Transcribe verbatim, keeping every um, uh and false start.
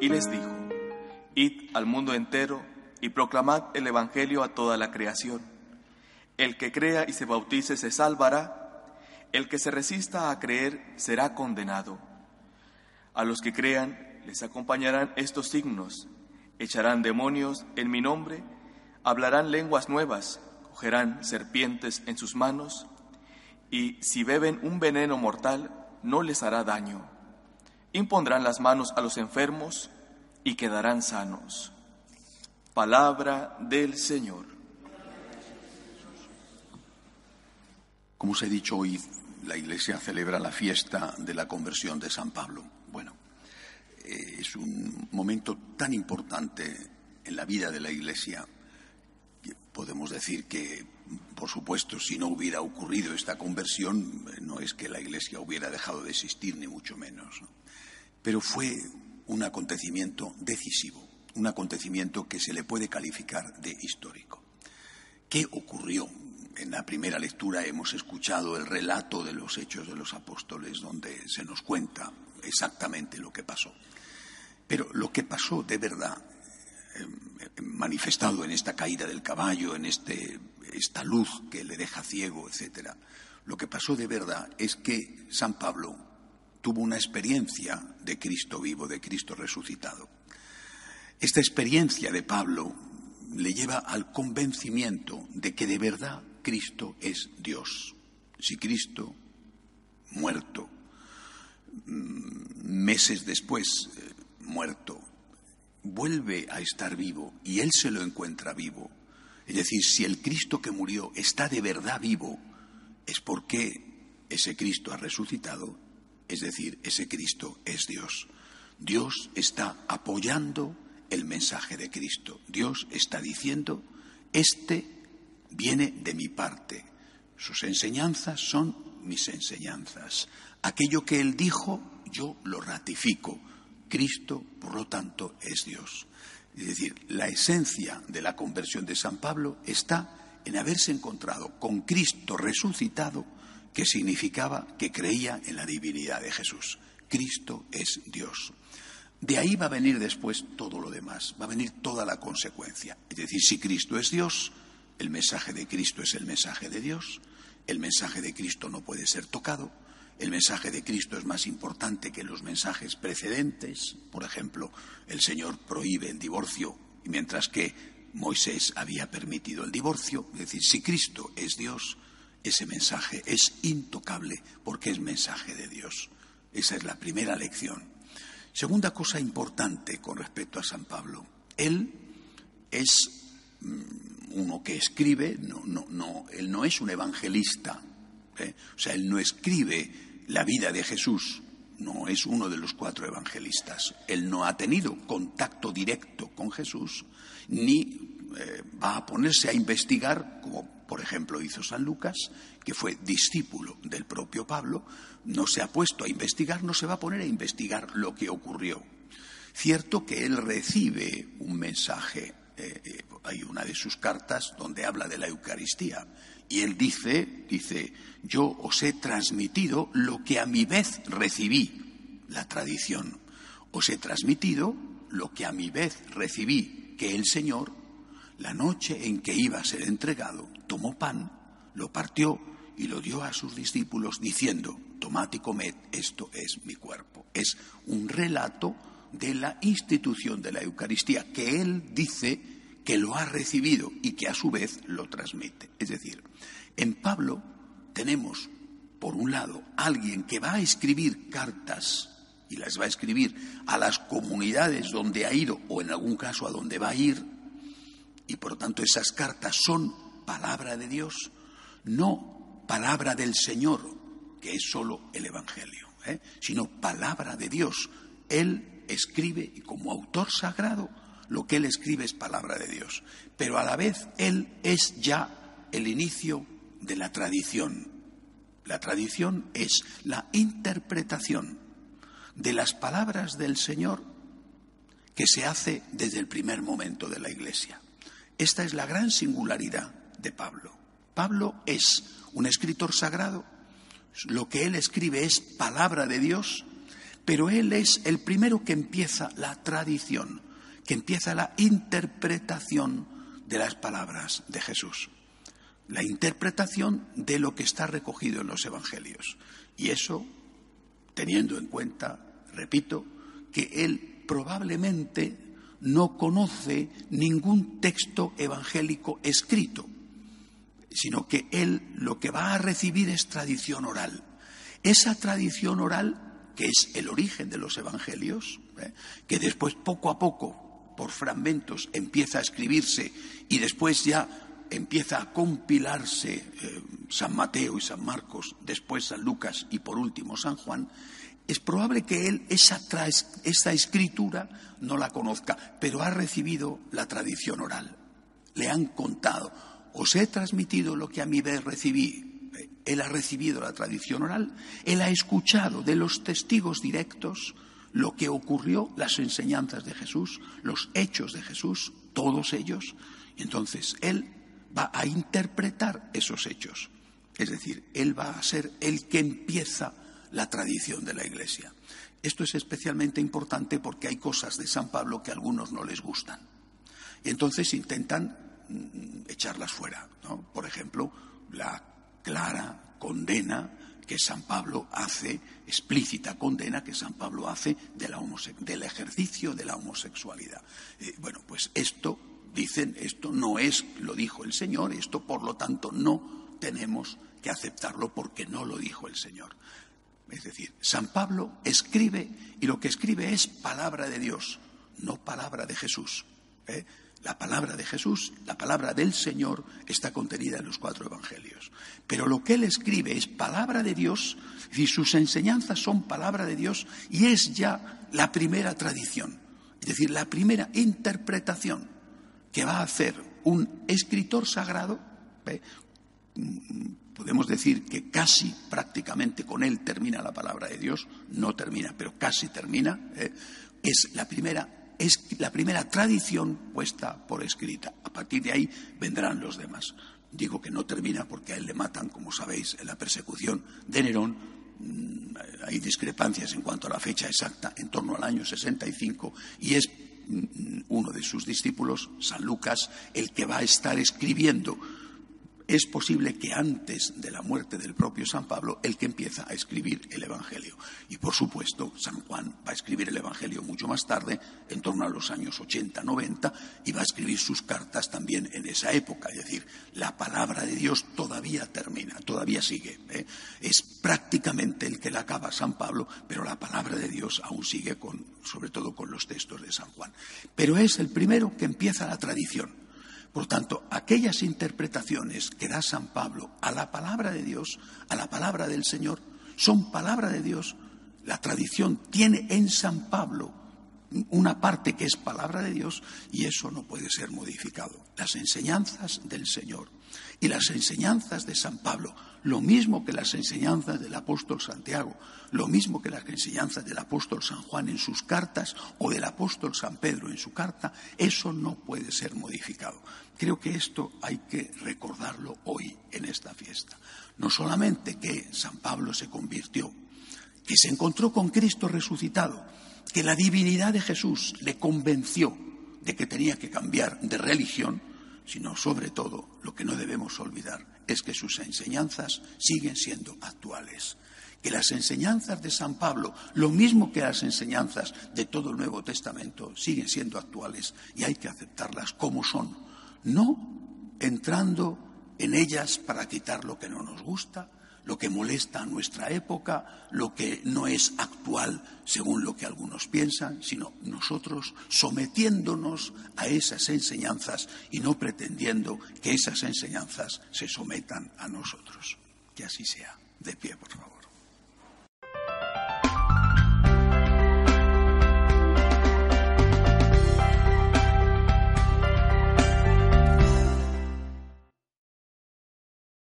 y les dijo: Id al mundo entero y proclamad el Evangelio a toda la creación. El que crea y se bautice se salvará, el que se resista a creer será condenado. A los que crean les acompañarán estos signos: echarán demonios en mi nombre, hablarán lenguas nuevas, cogerán serpientes en sus manos, y si beben un veneno mortal no les hará daño. Impondrán las manos a los enfermos y quedarán sanos. Palabra del Señor. Como os he dicho, hoy la Iglesia celebra la fiesta de la conversión de San Pablo. Bueno, eh, es un momento tan importante en la vida de la Iglesia que podemos decir que, por supuesto, si no hubiera ocurrido esta conversión, no es que la Iglesia hubiera dejado de existir, ni mucho menos, ¿no? Pero fue un acontecimiento decisivo, un acontecimiento que se le puede calificar de histórico. ¿Qué ocurrió? En la primera lectura hemos escuchado el relato de los Hechos de los Apóstoles, donde se nos cuenta exactamente lo que pasó. Pero lo que pasó de verdad, eh, manifestado en esta caída del caballo, en este, esta luz que le deja ciego, etcétera, lo que pasó de verdad es que San Pablo tuvo una experiencia de Cristo vivo, de Cristo resucitado. Esta experiencia de Pablo le lleva al convencimiento de que de verdad Cristo es Dios. Si Cristo, muerto, meses después, eh, muerto, vuelve a estar vivo y él se lo encuentra vivo, es decir, si el Cristo que murió está de verdad vivo, es porque ese Cristo ha resucitado. Es decir, ese Cristo es Dios. Dios está apoyando el mensaje de Cristo. Dios está diciendo: este viene de mi parte. Sus enseñanzas son mis enseñanzas. Aquello que Él dijo, yo lo ratifico. Cristo, por lo tanto, es Dios. Es decir, la esencia de la conversión de San Pablo está en haberse encontrado con Cristo resucitado, que significaba que creía en la divinidad de Jesús. Cristo es Dios. De ahí va a venir después todo lo demás, va a venir toda la consecuencia. Es decir, si Cristo es Dios, el mensaje de Cristo es el mensaje de Dios, el mensaje de Cristo no puede ser tocado, el mensaje de Cristo es más importante que los mensajes precedentes. Por ejemplo, el Señor prohíbe el divorcio, mientras que Moisés había permitido el divorcio. Es decir, si Cristo es Dios, ese mensaje es intocable porque es mensaje de Dios. Esa es la primera lección. Segunda cosa importante con respecto a San Pablo. Él es uno que escribe, no, no, no, él no es un evangelista, ¿eh? O sea, él no escribe la vida de Jesús, no es uno de los cuatro evangelistas. Él no ha tenido contacto directo con Jesús, ni eh, va a ponerse a investigar, como por ejemplo hizo San Lucas, que fue discípulo del propio Pablo. No se ha puesto a investigar, no se va a poner a investigar lo que ocurrió. Cierto que él recibe un mensaje, eh, eh, hay una de sus cartas donde habla de la Eucaristía, y él dice, dice, yo os he transmitido lo que a mi vez recibí, la tradición. Os he transmitido lo que a mi vez recibí, que el Señor, la noche en que iba a ser entregado, tomó pan, lo partió y lo dio a sus discípulos diciendo: tomad y comed, esto es mi cuerpo. Es un relato de la institución de la Eucaristía, que él dice que lo ha recibido y que a su vez lo transmite. Es decir, en Pablo tenemos, por un lado, alguien que va a escribir cartas, y las va a escribir a las comunidades donde ha ido, o en algún caso a donde va a ir, y por lo tanto esas cartas son palabra de Dios, no palabra del Señor, que es solo el Evangelio, ¿eh? sino palabra de Dios. Él escribe, y como autor sagrado, lo que él escribe es palabra de Dios. Pero a la vez él es ya el inicio de la tradición. La tradición es la interpretación de las palabras del Señor que se hace desde el primer momento de la Iglesia. Esta es la gran singularidad de Pablo. Pablo es un escritor sagrado. Lo que él escribe es palabra de Dios, pero él es el primero que empieza la tradición, que empieza la interpretación de las palabras de Jesús, la interpretación de lo que está recogido en los evangelios. Y eso, teniendo en cuenta, repito, que él probablemente no conoce ningún texto evangélico escrito, sino que él lo que va a recibir es tradición oral. Esa tradición oral, que es el origen de los evangelios, ¿eh? que después poco a poco, por fragmentos, empieza a escribirse y después ya empieza a compilarse eh, San Mateo y San Marcos, después San Lucas y por último San Juan, es probable que él esa, esa escritura no la conozca, pero ha recibido la tradición oral. Le han contado, os he transmitido lo que a mi vez recibí. Él ha recibido la tradición oral, él ha escuchado de los testigos directos lo que ocurrió, las enseñanzas de Jesús, los hechos de Jesús, todos ellos. Y entonces él va a interpretar esos hechos. Es decir, él va a ser el que empieza la tradición de la Iglesia. Esto es especialmente importante porque hay cosas de San Pablo que a algunos no les gustan. Y entonces intentan mm, echarlas fuera, ¿no? Por ejemplo, la clara condena que San Pablo hace, explícita condena que San Pablo hace de la homose- del ejercicio de la homosexualidad. Eh, bueno, pues esto, dicen, esto no es, lo dijo el Señor, esto por lo tanto no tenemos que aceptarlo porque no lo dijo el Señor. Es decir, San Pablo escribe y lo que escribe es palabra de Dios, no palabra de Jesús. ¿eh? La palabra de Jesús, la palabra del Señor está contenida en los cuatro evangelios. Pero lo que él escribe es palabra de Dios, es decir, sus enseñanzas son palabra de Dios y es ya la primera tradición, es decir, la primera interpretación que va a hacer un escritor sagrado. ¿eh? Podemos decir que casi prácticamente con él termina la palabra de Dios, no termina, pero casi termina, ¿eh? es la primera, es la primera tradición puesta por escrita. A partir de ahí vendrán los demás. Digo que no termina porque a él le matan, como sabéis, en la persecución de Nerón. Hay discrepancias en cuanto a la fecha exacta, en torno al año sesenta y cinco, y es uno de sus discípulos, San Lucas, el que va a estar escribiendo. Es posible que antes de la muerte del propio San Pablo, el que empieza a escribir el Evangelio. Y por supuesto, San Juan va a escribir el Evangelio mucho más tarde, en torno a los años ochenta, noventa, y va a escribir sus cartas también en esa época. Es decir, la palabra de Dios todavía termina, todavía sigue. ¿eh? Es prácticamente el que la acaba San Pablo, pero la palabra de Dios aún sigue, con, sobre todo con los textos de San Juan. Pero es el primero que empieza la tradición. Por tanto, aquellas interpretaciones que da San Pablo a la palabra de Dios, a la palabra del Señor, son palabra de Dios. La tradición tiene en San Pablo una parte que es palabra de Dios y eso no puede ser modificado. Las enseñanzas del Señor y las enseñanzas de San Pablo, lo mismo que las enseñanzas del apóstol Santiago, lo mismo que las enseñanzas del apóstol San Juan en sus cartas o del apóstol San Pedro en su carta, eso no puede ser modificado. Creo que esto hay que recordarlo hoy en esta fiesta. No solamente que San Pablo se convirtió, que se encontró con Cristo resucitado, que la divinidad de Jesús le convenció de que tenía que cambiar de religión, sino sobre todo lo que no debemos olvidar es que sus enseñanzas siguen siendo actuales. Que las enseñanzas de San Pablo, lo mismo que las enseñanzas de todo el Nuevo Testamento, siguen siendo actuales y hay que aceptarlas como son, no entrando en ellas para quitar lo que no nos gusta, lo que molesta a nuestra época, lo que no es actual según lo que algunos piensan, sino nosotros sometiéndonos a esas enseñanzas y no pretendiendo que esas enseñanzas se sometan a nosotros. Que así sea. De pie, por favor.